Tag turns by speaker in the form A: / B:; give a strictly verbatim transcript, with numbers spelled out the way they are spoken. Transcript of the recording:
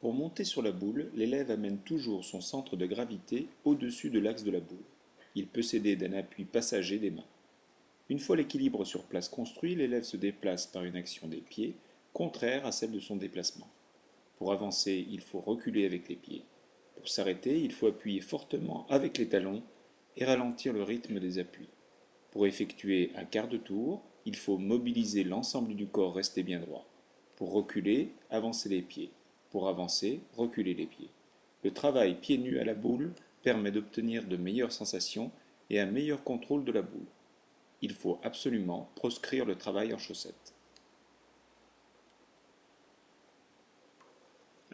A: Pour monter sur la boule, l'élève amène toujours son centre de gravité au-dessus de l'axe de la boule. Il peut s'aider d'un appui passager des mains. Une fois l'équilibre sur place construit, l'élève se déplace par une action des pieds, contraire à celle de son déplacement. Pour avancer, il faut reculer avec les pieds. Pour s'arrêter, il faut appuyer fortement avec les talons et ralentir le rythme des appuis. Pour effectuer un quart de tour, il faut mobiliser l'ensemble du corps resté bien droit. Pour reculer, avancer les pieds. Pour avancer, reculer les pieds. Le travail pieds nus à la boule permet d'obtenir de meilleures sensations et un meilleur contrôle de la boule. Il faut absolument proscrire le travail en chaussettes.